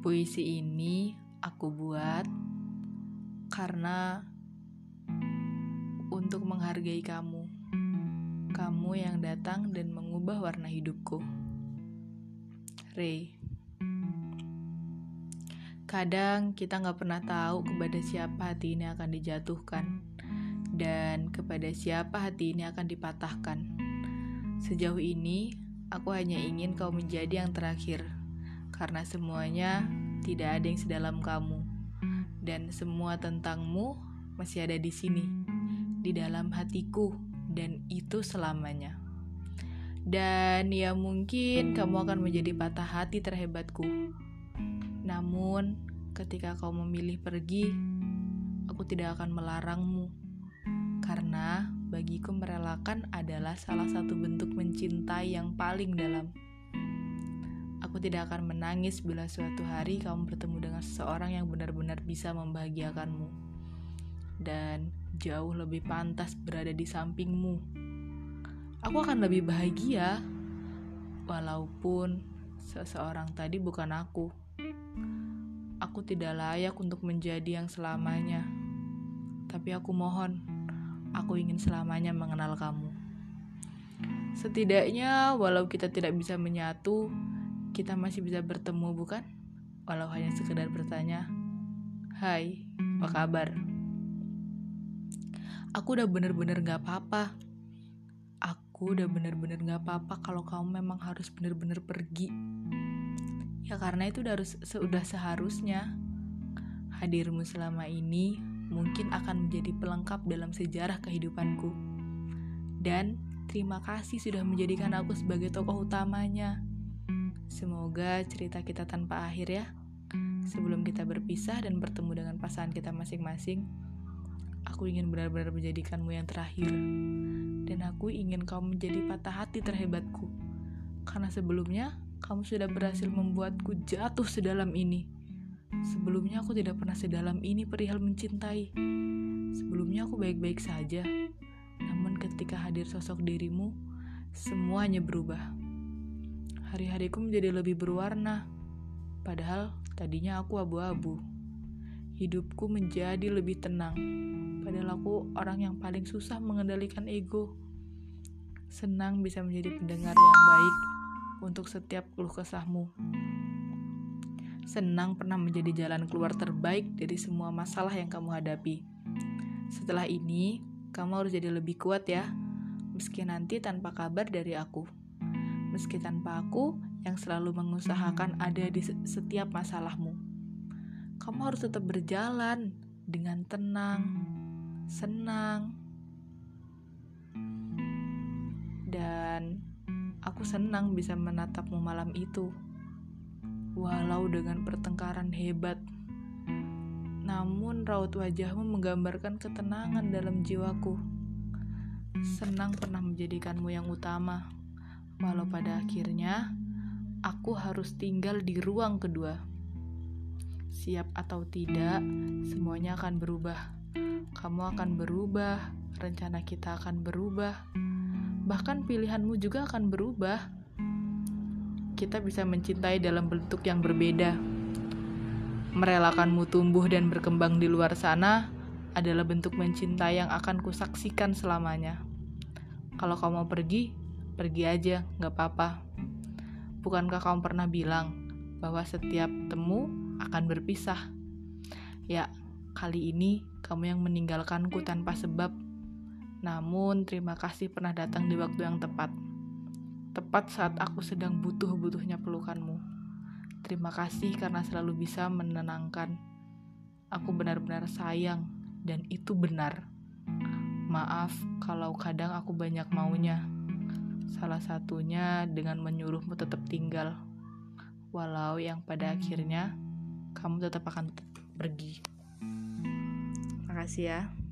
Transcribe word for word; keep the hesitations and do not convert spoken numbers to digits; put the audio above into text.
Puisi ini aku buat karena untuk menghargai kamu. Kamu yang datang dan mengubah warna hidupku. Ray. Kadang kita gak pernah tahu kepada siapa hati ini akan dijatuhkan, dan kepada siapa hati ini akan dipatahkan. Sejauh ini, aku hanya ingin kau menjadi yang terakhir, karena semuanya tidak ada yang sedalam kamu, dan semua tentangmu masih ada di sini, di dalam hatiku, dan itu selamanya. Dan ya mungkin kamu akan menjadi patah hati terhebatku. Namun, ketika kau memilih pergi, aku tidak akan melarangmu, karena bagiku merelakan adalah salah satu bentuk mencintai yang paling dalam. Aku tidak akan menangis bila suatu hari kamu bertemu dengan seseorang yang benar-benar bisa membahagiakanmu, dan jauh lebih pantas berada di sampingmu. Aku akan lebih bahagia, walaupun seseorang tadi bukan aku. Aku tidak layak untuk menjadi yang selamanya, tapi aku mohon, aku ingin selamanya mengenal kamu. Setidaknya, walau kita tidak bisa menyatu, kita masih bisa bertemu, bukan? Walau hanya sekedar bertanya, "Hai, apa kabar?" Aku udah bener-bener gak apa-apa. Aku udah bener-bener gak apa-apa kalau kamu memang harus bener-bener pergi. Ya karena itu udah, harus, sudah seharusnya. Hadirmu selama ini mungkin akan menjadi pelengkap dalam sejarah kehidupanku. Dan terima kasih sudah menjadikan aku sebagai tokoh utamanya. Semoga cerita kita tanpa akhir ya. Sebelum kita berpisah dan bertemu dengan pasangan kita masing-masing, aku ingin benar-benar menjadikanmu yang terakhir. Dan aku ingin kau menjadi patah hati terhebatku. Karena sebelumnya, kamu sudah berhasil membuatku jatuh sedalam ini. Sebelumnya aku tidak pernah sedalam ini perihal mencintai. Sebelumnya aku baik-baik saja. Namun ketika hadir sosok dirimu, semuanya berubah. Hari-hariku menjadi lebih berwarna. Padahal tadinya aku abu-abu. Hidupku menjadi lebih tenang. Padahal aku orang yang paling susah mengendalikan ego. Senang bisa menjadi pendengar yang baik untuk setiap keluh kesahmu. Senang pernah menjadi jalan keluar terbaik dari semua masalah yang kamu hadapi. Setelah ini, kamu harus jadi lebih kuat ya. Meski nanti tanpa kabar dari aku. Meski tanpa aku yang selalu mengusahakan ada di setiap masalahmu. Kamu harus tetap berjalan dengan tenang, senang. Dan aku senang bisa menatapmu malam itu. Walau dengan pertengkaran hebat, namun raut wajahmu menggambarkan ketenangan dalam jiwaku. Senang pernah menjadikanmu yang utama, walau pada akhirnya aku harus tinggal di ruang kedua. Siap atau tidak, semuanya akan berubah. Kamu akan berubah, rencana kita akan berubah, bahkan pilihanmu juga akan berubah. Kita bisa mencintai dalam bentuk yang berbeda. Merelakanmu tumbuh dan berkembang di luar sana adalah bentuk mencintai yang akan kusaksikan selamanya. Kalau kamu mau pergi, pergi aja, gak apa-apa. Bukankah kamu pernah bilang bahwa setiap temu akan berpisah? Ya, kali ini kamu yang meninggalkanku tanpa sebab. Namun terima kasih pernah datang di waktu yang tepat. Tepat saat aku sedang butuh-butuhnya pelukanmu. Terima kasih karena selalu bisa menenangkan. Aku benar-benar sayang, dan itu benar. Maaf kalau kadang aku banyak maunya. Salah satunya dengan menyuruhmu tetap tinggal. Walau yang pada akhirnya, kamu tetap akan pergi. Makasih ya.